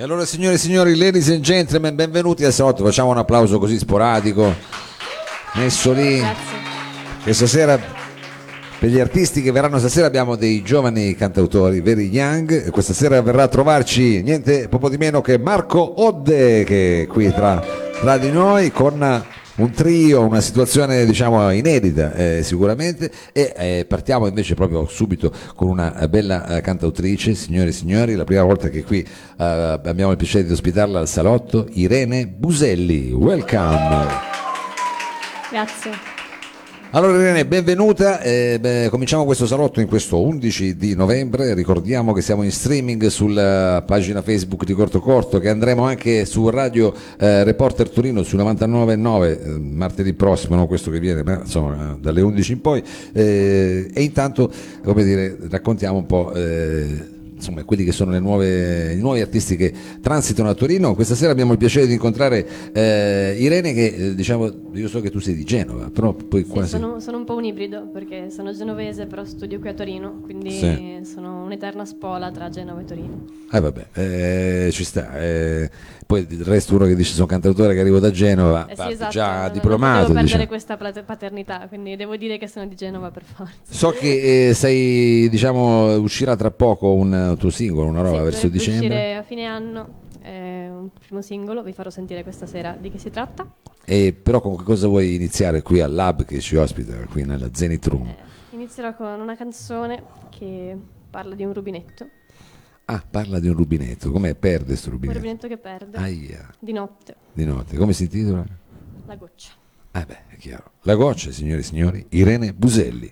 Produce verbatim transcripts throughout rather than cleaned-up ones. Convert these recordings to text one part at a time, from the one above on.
allora, signore e signori, ladies and gentlemen, benvenuti al salotto. Facciamo un applauso così sporadico, messo lì. Grazie. Questa sera, per gli artisti che verranno stasera, abbiamo dei giovani cantautori, very young. Questa sera verrà a trovarci niente poco di meno che Marco Odde, che è qui tra, tra di noi, con un trio, una situazione diciamo inedita eh, sicuramente, e eh, partiamo invece proprio subito con una eh, bella eh, cantautrice, signore e signori, la prima volta che qui eh, abbiamo il piacere di ospitarla al salotto, Irene Buselli, welcome. Grazie. Allora Irene, benvenuta, eh, beh, cominciamo questo salotto in questo undici di novembre, ricordiamo che siamo in streaming sulla pagina Facebook di Corto Corto, che andremo anche su Radio eh, Reporter Torino su novantanove e nove eh, martedì prossimo, no questo che viene, ma insomma dalle undici in poi, eh, e intanto come dire raccontiamo un po' eh, insomma quelli che sono le nuove, i nuovi artisti che transitano a Torino. Questa sera abbiamo il piacere di incontrare eh, Irene che eh, diciamo, io so che tu sei di Genova, però poi sì, quasi... sono, sono un po' un ibrido perché sono genovese però studio qui a Torino, quindi sì. Sono un'eterna spola tra Genova e Torino. Eh vabbè, eh, ci sta, eh, poi il resto uno che dice sono cantautore che arrivo da Genova, eh sì, esatto, già non, diplomato, non devo perdere diciamo. questa paternità, quindi devo dire che sono di Genova per forza. So che eh, sei, diciamo, uscirà tra poco un tuo singolo, una roba sì, verso dicembre. Uscire a fine anno, eh, un primo singolo, vi farò sentire questa sera di che si tratta. E però con che cosa vuoi iniziare qui al Lab che ci ospita, qui nella Zenith Room? Eh, inizierò con una canzone che parla di un rubinetto. Ah, parla di un rubinetto, come perde sto rubinetto? Un rubinetto che perde, Aia. di notte. Di notte, come si intitola? La goccia. Ah beh, è chiaro. La goccia, signori e signori, Irene Buselli.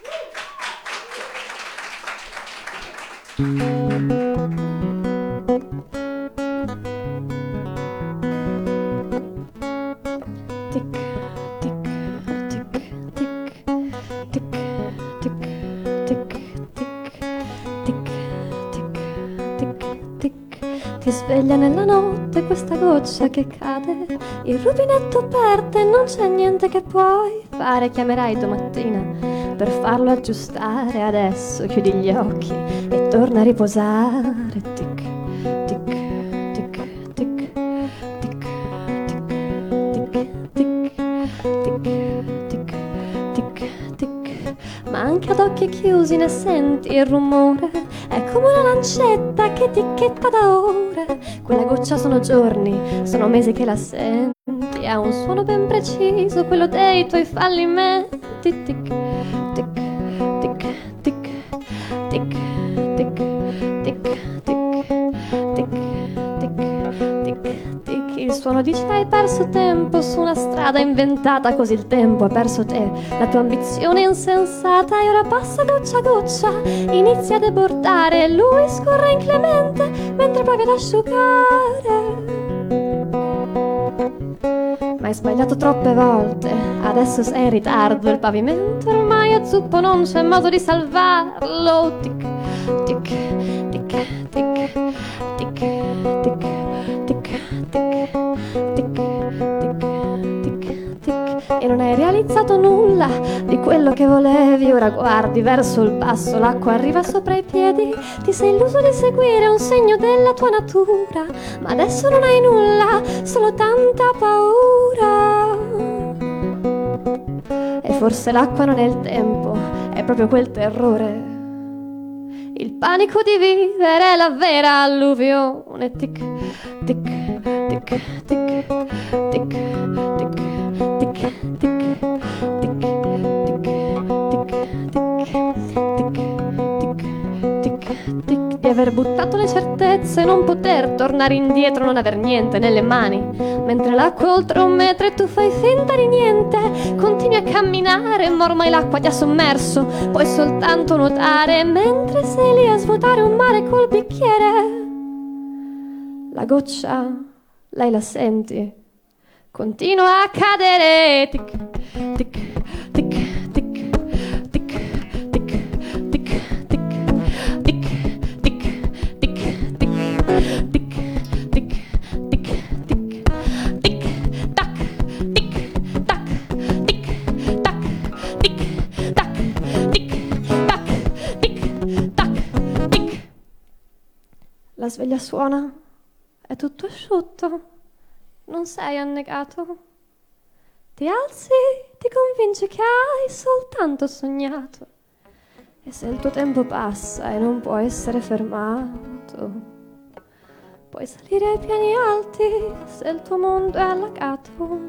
Ti sveglia nella notte questa goccia che cade, il rubinetto perde, non c'è niente che puoi fare, chiamerai domattina per farlo aggiustare, adesso chiudi gli occhi e torna a riposare. Tic, tic, tic, tic, tic, tic, tic, tic, tic, tic, tic, ma anche ad occhi chiusi ne senti il rumore, è come una lancetta che ticchetta da ore. Quella goccia sono giorni, sono mesi che la senti, ha un suono ben preciso, quello dei tuoi fallimenti. Tic, tic, tic, tic, tic, tic, tic, tic, tic, tic, tic. Il suono dice hai perso tempo su una strada inventata, così il tempo ha perso te, la tua ambizione insensata, e ora passa goccia a goccia, inizia a debordare, lui scorre inclemente mentre provi ad asciugare. Ma hai sbagliato troppe volte, adesso sei in ritardo, il pavimento ormai è zuppo, non c'è modo di salvarlo. Tic, tic, tic, tic, tic, tic, tic, tic, tic, tic, tic, e non hai realizzato nulla di quello che volevi, ora guardi verso il basso, l'acqua arriva sopra i piedi, ti sei illuso di seguire un segno della tua natura, ma adesso non hai nulla, solo tanta paura. E forse l'acqua non è il tempo, è proprio quel terrore, il panico di vivere la vera alluvione. Tic, tic, tic, tic, tic, tic, tic, tic, tic, tic, tic, di aver buttato le certezze, non poter tornare indietro, non aver niente nelle mani, mentre l'acqua oltre un metro e tu fai finta di niente, continui a camminare, ma ormai l'acqua ti ha sommerso, puoi soltanto nuotare, mentre sei lì a svuotare un mare col bicchiere. La goccia, lei la senti, continua a cadere. Tic, tic, tic, tic, tic, tic, tic, tic, tic, tic, tic, tic, tic, tic, tic, tic, tac, tic, tac, tic, tac, tic, tac, tic, tac, tic, tac, tic. La sveglia suona, è è tutto asciutto, non sei annegato. Ti alzi, ti convinci che hai soltanto sognato. E se il tuo tempo passa e non può essere fermato, puoi salire ai piani alti se il tuo mondo è allagato.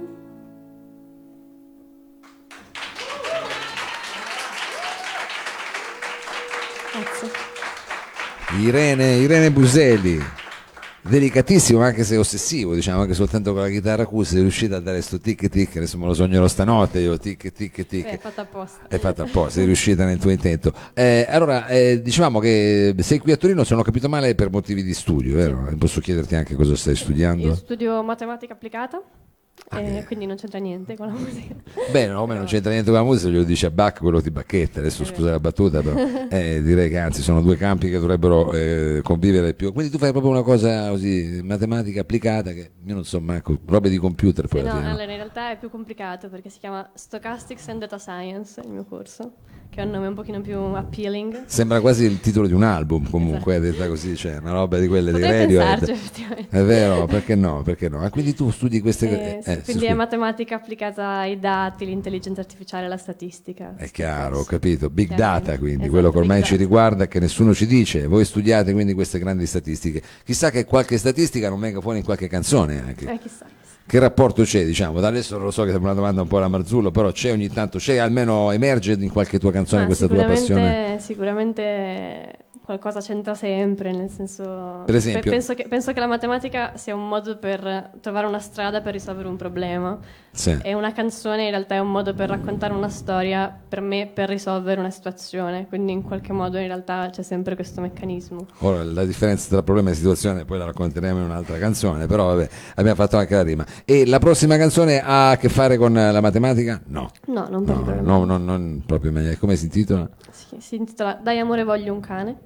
Grazie. Irene, Irene Buselli, delicatissimo anche se ossessivo, diciamo, anche soltanto con la chitarra acustica è riuscita a dare sto tic tic, adesso me lo sognerò stanotte io, tic tic tic. È fatta apposta. È fatta apposta, sei riuscita nel tuo intento. Eh, allora, eh, dicevamo che sei qui a Torino, se non ho capito male, per motivi di studio, vero? Sì. Posso chiederti anche cosa stai studiando? Io studio matematica applicata. Ah, eh, eh. quindi non c'entra niente con la musica. Beh, no, ma non c'entra niente con la musica, glielo dice a Bach quello di Bacchetta, adesso Eh, scusa la battuta, però eh, direi che anzi sono due campi che dovrebbero eh, convivere più. Quindi tu fai proprio una cosa così, matematica applicata, che io non so manco, robe di computer poi Sì, alla no, fine, no? allora in realtà è più complicato perché si chiama Stochastics and Data Science, il mio corso, che è un nome un pochino più appealing. Sembra quasi il titolo di un album comunque, esatto. Detta così, cioè una roba di quelle Potrei di radio. pensarci, effettivamente. È vero, perché no? Perché no? Ah, quindi tu studi queste cose. Eh, sì, eh, sì, quindi è scusa. matematica applicata ai dati, l'intelligenza artificiale, la statistica. È chiaro, ho capito. Big Chiaro. data, quindi Esatto, quello che ormai big ci data. riguarda e che nessuno ci dice. Voi studiate quindi queste grandi statistiche. Chissà che qualche statistica non venga fuori in qualche canzone anche. Eh, chissà. Che rapporto c'è, diciamo? Da adesso non lo so, che sembra una domanda un po' alla Marzullo, però c'è ogni tanto, c'è almeno emerge in qualche tua canzone Ah, questa tua passione? Sicuramente qualcosa c'entra sempre, nel senso... Per esempio? pe- penso, che, penso che la matematica sia un modo per trovare una strada per risolvere un problema. Sì. E una canzone in realtà è un modo per raccontare una storia, per me, per risolvere una situazione. Quindi in qualche modo in realtà c'è sempre questo meccanismo. Ora la differenza tra problema e situazione poi la racconteremo in un'altra canzone, però vabbè, abbiamo fatto anche la rima. E la prossima canzone ha a che fare con la matematica? No. No, non No, proprio. no, no, non proprio in maniera- come si intitola? Si, si intitola Dai amore voglio un cane.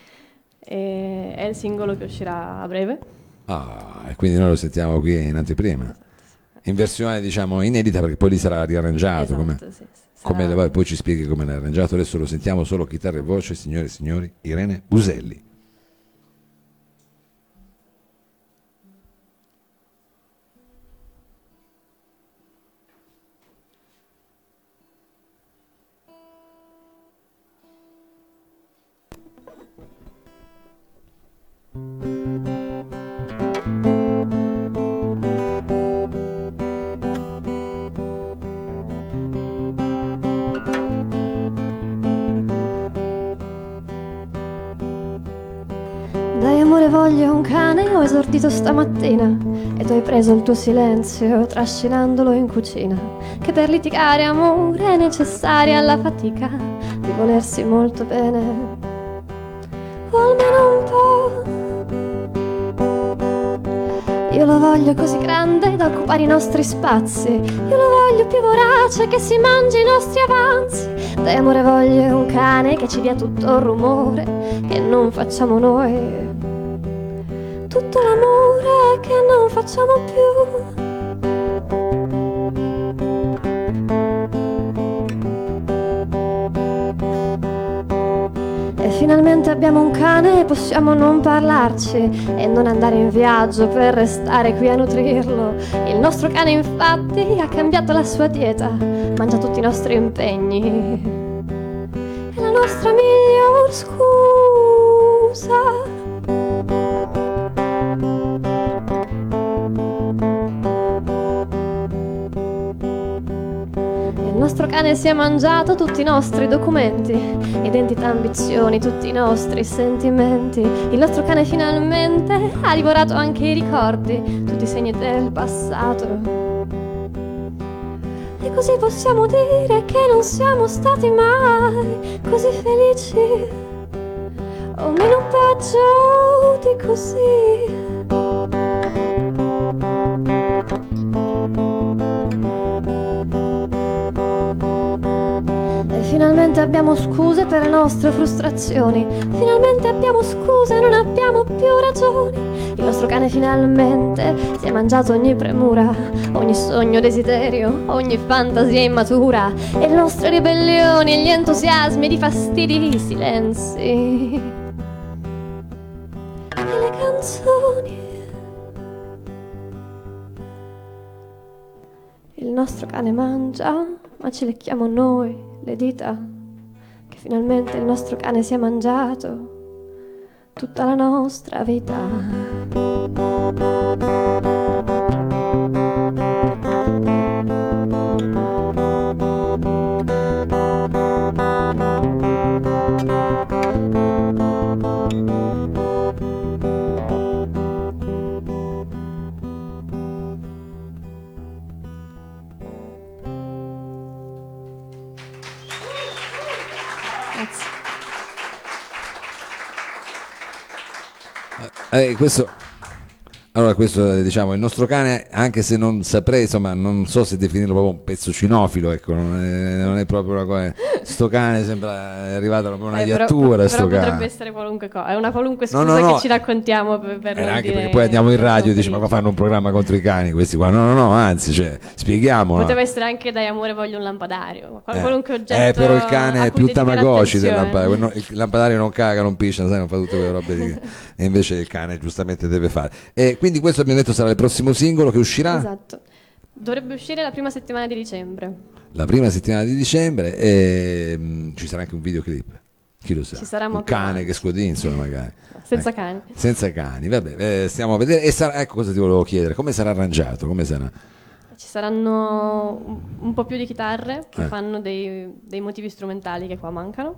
E è il singolo che uscirà a breve. Ah, e quindi noi lo sentiamo qui in anteprima. In versione diciamo inedita perché poi lì sarà riarrangiato. Esatto, come, sì, sì, come sarà- le- poi ci spieghi come l'hai arrangiato. Adesso lo sentiamo solo chitarra e voce, signore e signori, Irene Buselli. Dai amore voglio un cane, ho esordito stamattina e tu hai preso il tuo silenzio trascinandolo in cucina. Che per litigare amore è necessaria la fatica di volersi molto bene, o almeno un po'. Io lo voglio così grande da occupare i nostri spazi, io lo voglio più vorace che si mangi i nostri avanzi. Dai amore voglio un cane che ci dia tutto il rumore che non facciamo noi, tutto l'amore che non facciamo più. E finalmente abbiamo un cane e possiamo non parlarci e non andare in viaggio per restare qui a nutrirlo. Il nostro cane infatti ha cambiato la sua dieta, mangia tutti i nostri impegni. È la nostra miglior scusa. Il nostro cane si è mangiato tutti i nostri documenti, identità, ambizioni, tutti i nostri sentimenti. Il nostro cane finalmente ha divorato anche i ricordi, tutti i segni del passato. E così possiamo dire che non siamo stati mai così felici, o meno peggio di così. E finalmente abbiamo scuse per le nostre frustrazioni, finalmente abbiamo scuse, non abbiamo più ragioni. Il nostro cane finalmente si è mangiato ogni premura, ogni sogno, desiderio, ogni fantasia immatura, e le nostre ribellioni, gli entusiasmi, i fastidi, i silenzi e le canzoni. Il nostro cane mangia, ma ci lecchiamo noi le dita, che finalmente il nostro cane si è mangiato tutta la nostra Eh, questo, allora questo diciamo il nostro cane, anche se non saprei, insomma non so se definirlo proprio un pezzo cinofilo, ecco, non è, non è proprio una cosa, sto cane sembra è arrivata proprio una eh, iattura, però, sto però potrebbe cane. essere qualunque cosa, è una qualunque scusa No, no, no. che ci raccontiamo per, per Eh, non anche dire perché poi andiamo in che radio e siamo dici ma qua felici. fanno un programma contro i cani questi qua, no no no, anzi, cioè, spieghiamo. Poteva essere anche dai amore voglio un lampadario, qual- Eh. qualunque oggetto. Eh, però il cane a è cui più dedicare Tamagotchi del attenzione. lampadario. No, il lampadario non caga, non piscia, sai, non fa tutte quelle robe di... e invece il cane giustamente deve fare. E quindi questo abbiamo detto sarà il prossimo singolo che uscirà Esatto. Dovrebbe uscire la prima settimana di dicembre. la prima settimana di dicembre e mh, ci sarà anche un videoclip. Chi lo sa? Ci sarà, ma un più cane avanti. che scodinzola magari. Senza Eh, cani. Senza cani, vabbè, eh, stiamo a vedere. E sarà, ecco cosa ti volevo chiedere, come sarà arrangiato? Come sarà? Ci saranno un, un po' più di chitarre che Eh. fanno dei, dei motivi strumentali che qua mancano.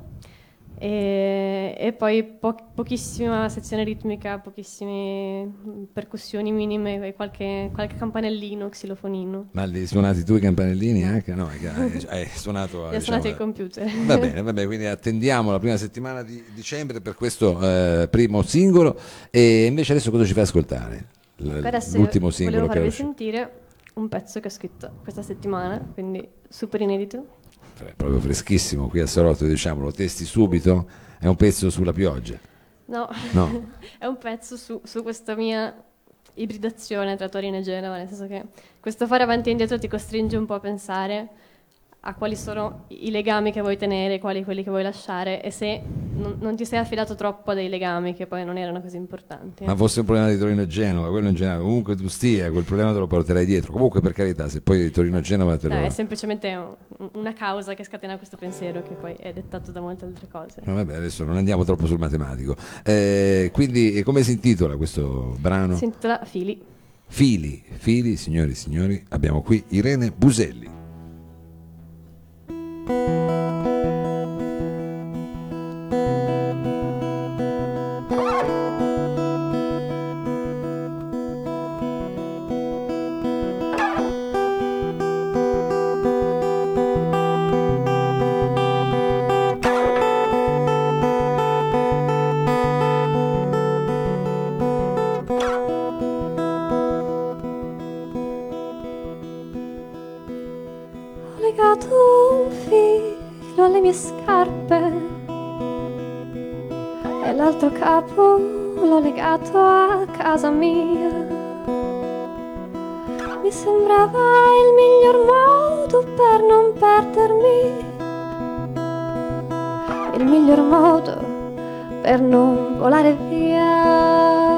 E, e poi po- pochissima sezione ritmica, pochissime percussioni minime e qualche, qualche campanellino, xilofonino. Ma li hai suonati tu i campanellini anche? No, hai, hai suonato... Li ho diciamo, suonati il computer. Va bene, va bene, quindi attendiamo la prima settimana di dicembre per questo eh, primo singolo. E invece adesso cosa ci fai ascoltare? L- Adesso L'ultimo io singolo volevo che è farvi uscito. sentire un pezzo che ho scritto questa settimana, quindi super inedito. È proprio freschissimo qui a Sarotto, diciamolo, testi subito, è un pezzo sulla pioggia. No, No. è un pezzo su, su questa mia ibridazione tra Torino e Genova, nel senso che questo fare avanti e indietro ti costringe un po' a pensare a quali sono i legami che vuoi tenere, quali quelli che vuoi lasciare, e se non, non ti sei affidato troppo a dei legami che poi non erano così importanti. Ma fosse un problema di Torino e Genova, quello in generale, comunque tu stia, quel problema te lo porterai dietro. Comunque per carità, se poi di Torino e Genova te lo... No, è semplicemente un- una causa che scatena questo pensiero che poi è dettato da molte altre cose. No, vabbè, adesso non andiamo troppo sul matematico. Eh, quindi come si intitola questo brano? Si intitola Fili. Fili, fili, signori e signori, abbiamo qui Irene Buselli. Ho legato un filo alle mie scarpe e l'altro capo l'ho legato a casa mia. Mi sembrava il miglior modo per non perdermi, il miglior modo per non volare via.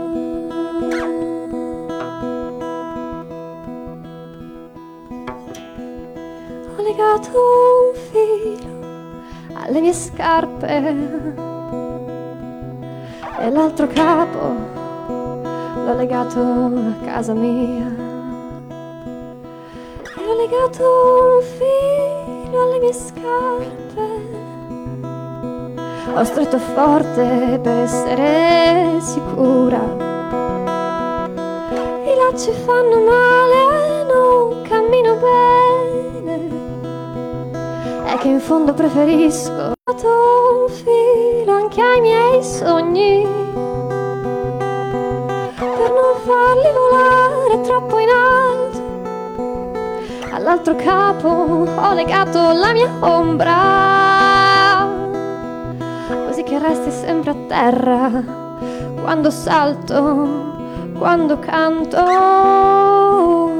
Ho legato un filo alle mie scarpe e l'altro capo l'ho legato a casa mia. E ho legato un filo alle mie scarpe, ho stretto forte per essere sicura. I lacci fanno male, non cammino bene, è che in fondo preferisco un filo anche ai miei sogni, per non farli volare troppo in alto. All'altro capo ho legato la mia ombra, così che resti sempre a terra quando salto, quando canto.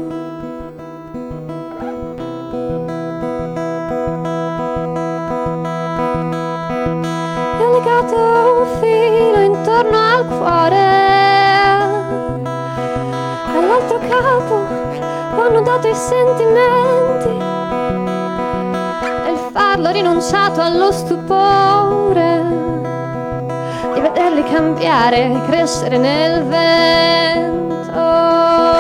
E ho legato un filo intorno al cuore, all'altro capo ho annudato i sentimenti, nel farlo ho rinunciato allo stupore di vederli cambiare, crescere nel vento.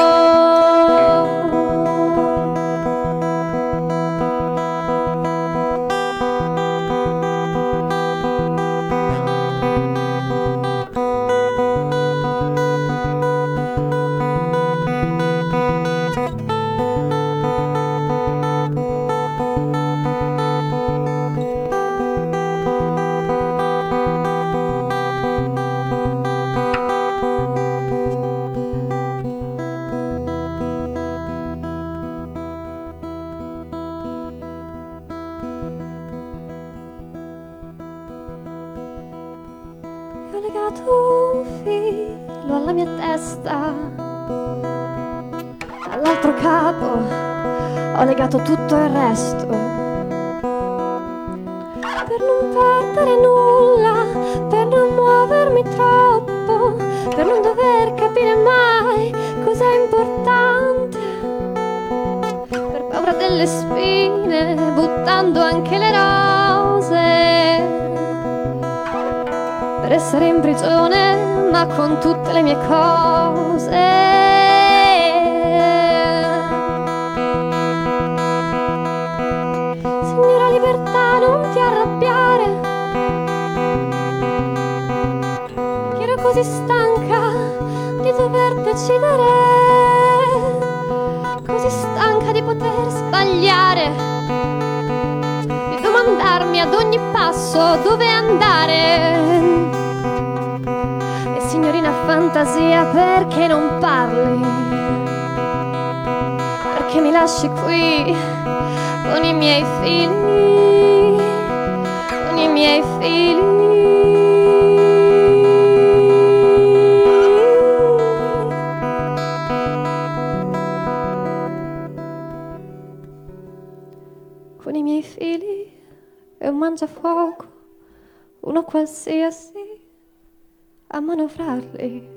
Ho legato un filo alla mia testa, all'altro capo ho legato tutto il resto, per non perdere nulla, per non muovermi troppo, per non dover capire mai cos'è importante, per paura delle spine, buttando anche le rose, per essere in prigione ma con tutte le mie cose. Signora libertà, non ti arrabbiare, che ero così stanca di dover decidere, così stanca di poter sbagliare, di domandarmi ad ogni passo dove andare. Signorina fantasia, perché non parli? Perché mi lasci qui con i miei figli, con i miei figli. Con i miei figli e un mangiafuoco, uno qualsiasi, a manovrarli.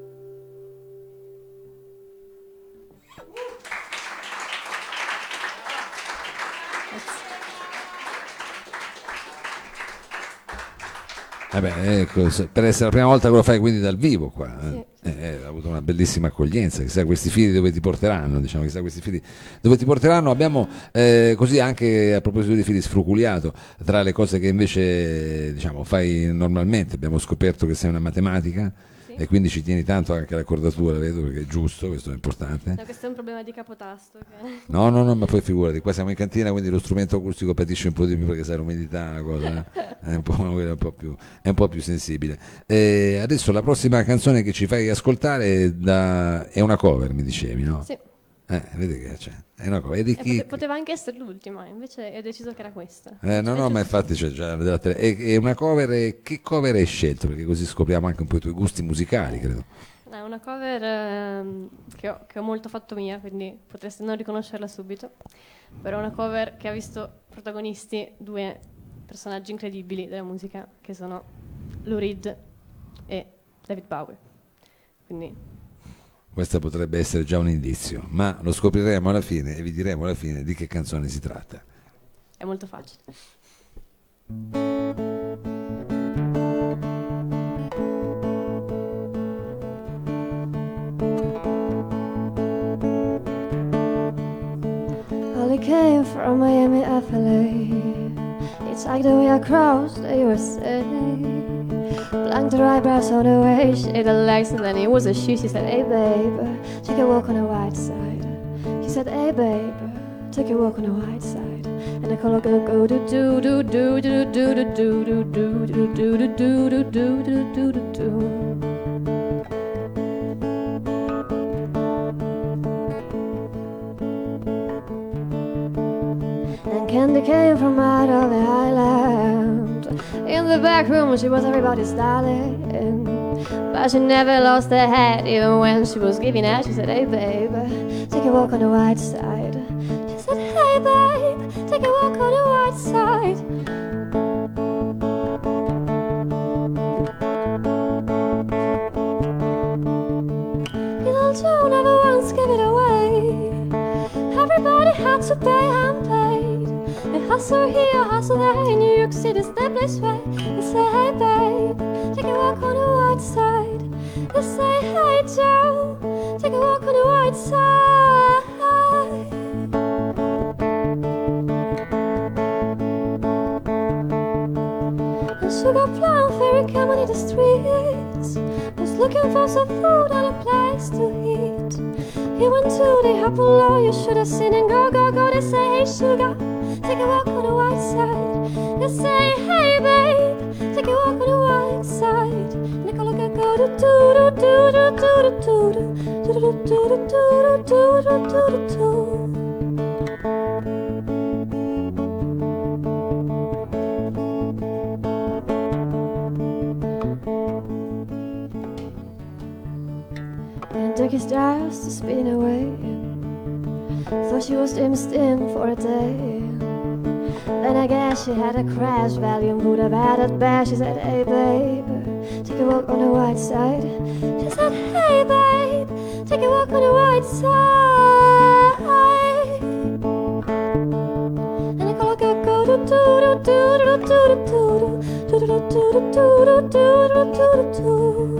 Eh beh, ecco, se- per essere la prima volta che lo fai quindi dal vivo qua, eh, Sì. eh, eh, ha avuto una bellissima accoglienza, chissà questi figli dove ti porteranno, diciamo, chissà questi figli dove ti porteranno. Abbiamo eh, così anche a proposito di figli sfruculiato, tra le cose che invece diciamo fai normalmente, abbiamo scoperto che sei una matematica. Sì. E quindi ci tieni tanto anche all'accordatura, vedo, perché è giusto, questo è importante. No, questo è un problema di capotasto. Che... No, no, no, ma poi figurati, qua siamo in cantina, quindi lo strumento acustico patisce un po' di più perché sai, l'umidità è una cosa, eh? è, un po', è, un po' più, è un po' più sensibile. E adesso la prossima canzone che ci fai ascoltare è, da- è una cover, mi dicevi, no? Sì. Eh, vedi che c'è, è una cover. E di E chi? pote- poteva anche essere l'ultima, invece hai deciso che era questa. Eh, no, no, ma infatti c'è già della tele- è, è una cover, e che cover hai scelto? Perché così scopriamo anche un po' i tuoi gusti musicali, credo. È una cover ehm, che, ho, che ho molto fatto mia, quindi potreste non riconoscerla subito, però è una cover che ha visto protagonisti due personaggi incredibili della musica, che sono Lou Reed e David Bowie. Quindi Questo potrebbe essere già un indizio, ma lo scopriremo alla fine e vi diremo alla fine di che canzone si tratta. è molto facile. Holly came from Miami, F L A. It's like the way I crossed the U S A. Blanked her eyebrows on the way, shaded her legs, and then it was a she. She said, hey babe, take a walk on the white side. She said, hey babe, take a walk on the white side. And I call her go go do do do do do do do do do do do do do do do do do do do. And Candy came from out of the island. In the back room she was everybody's darling, but she never lost her head even when she was giving out. She said, hey babe, take a walk on the white side. She said, hey babe, take a walk on the white side. Little Joe never once gave it away. everybody had to pay and paid. They hustle here, hustle there, in New York City's their place where they say, hey babe, take a walk on the white side. They say, hey Joe, take a walk on the white side. And Sugar Plum Fairy came on the streets, was looking for some food and a place to eat. He went to the Apollo, you should have seen him go, go, go. They say, hey Sugar, take a walk on the white side. They say, hey babe, take a walk on the white side. And they go, look, go, do, do, do, do, do, do, do, do, do, do, do, do, do, do, do. And took his drives to spin away. Thought she was dim stim for a day. Then I guess she had a crash. Valium would have had it bad. She said, hey babe, take a walk on the white side. She said, hey babe, take a walk on the white side. And I go, go, go, do, do, do, do, do, do, do, do, do, do, do, do, do, do, do.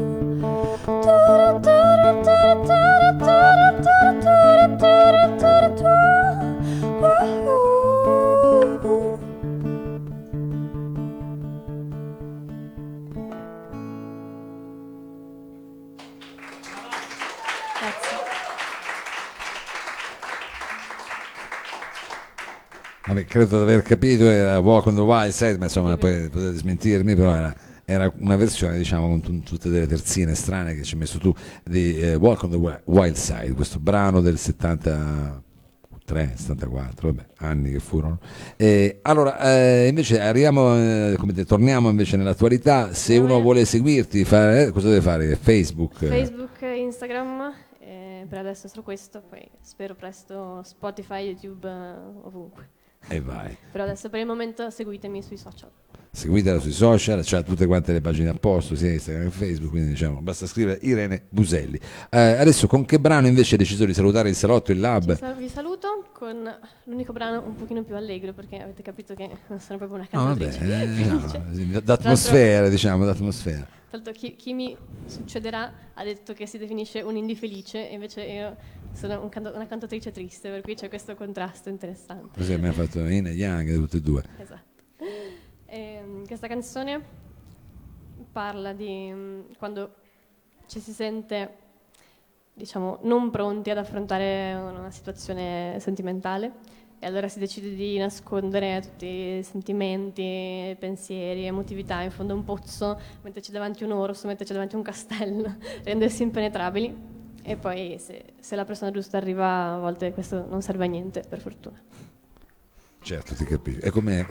Vabbè, credo di aver capito, era Walk on the Wild Side, ma insomma poi potete smentirmi, però era, era una versione, diciamo, con t- tutte delle terzine strane che ci hai messo tu di eh, Walk on the Wild Side, questo brano del settantatré settantaquattro, vabbè, anni che furono. Eh, allora, eh, invece arriviamo, eh, come te, torniamo invece nell'attualità. Se uno vuole seguirti, fare, eh, cosa deve fare? Facebook? Facebook, Instagram, eh, per adesso solo questo, poi spero presto Spotify, YouTube, eh, ovunque. E vai. Però adesso per il momento seguitemi sui social. Seguitela sui social, c'ha tutte quante le pagine a posto, sia Instagram che Facebook, quindi diciamo basta scrivere Irene Buselli. Eh, adesso con che brano invece hai deciso di salutare il salotto, il lab? Sal- vi saluto con l'unico brano un pochino più allegro, perché avete capito che non sono proprio una No, vabbè, cantatrice. eh, no, Cioè, sì, d'atmosfera, diciamo, d'atmosfera. Tra l'altro chi, chi mi succederà ha detto che si definisce un indie felice, e invece io sono un canto- una cantatrice triste, per cui c'è questo contrasto interessante. Così abbiamo fatto Yin e Yang, tutte e due. Esatto. E, questa canzone parla di mm, quando ci si sente, diciamo, non pronti ad affrontare una situazione sentimentale, e allora si decide di nascondere tutti i sentimenti, pensieri, emotività in fondo a un pozzo, metterci davanti un orso, metterci davanti un castello, rendersi impenetrabili, e poi se, se la persona giusta arriva, a volte questo non serve a niente, per fortuna. Certo, ti capisco. E com'è?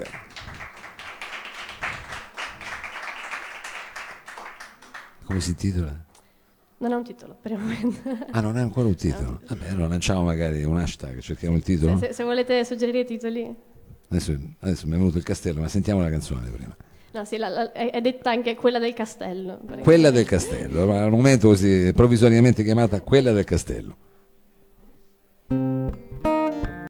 Come si intitola? Non ha un titolo per il momento. Ah, non è ancora un titolo? Vabbè, allora lanciamo magari un hashtag, cerchiamo il titolo. Se, se volete suggerire titoli. Adesso, adesso mi è venuto il castello, ma sentiamo la canzone prima. No, sì, la, la, è, è detta anche quella del castello. Quella del castello, al momento così provvisoriamente chiamata Quella del castello.